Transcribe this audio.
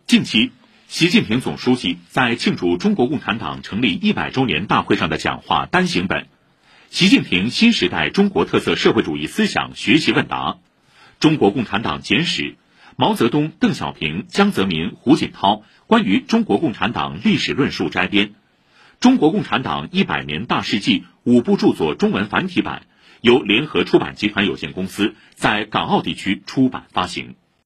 近期，习近平总书记在庆祝中国共产党成立100周年大会上的讲话单行本《习近平新时代中国特色社会主义思想学习问答》《中国共产党简史》毛泽东、邓小平、江泽民、胡锦涛关于中国共产党历史论述摘编，《中国共产党100年大事记》5部著作中文繁体版由联合出版集团有限公司在港澳地区出版发行。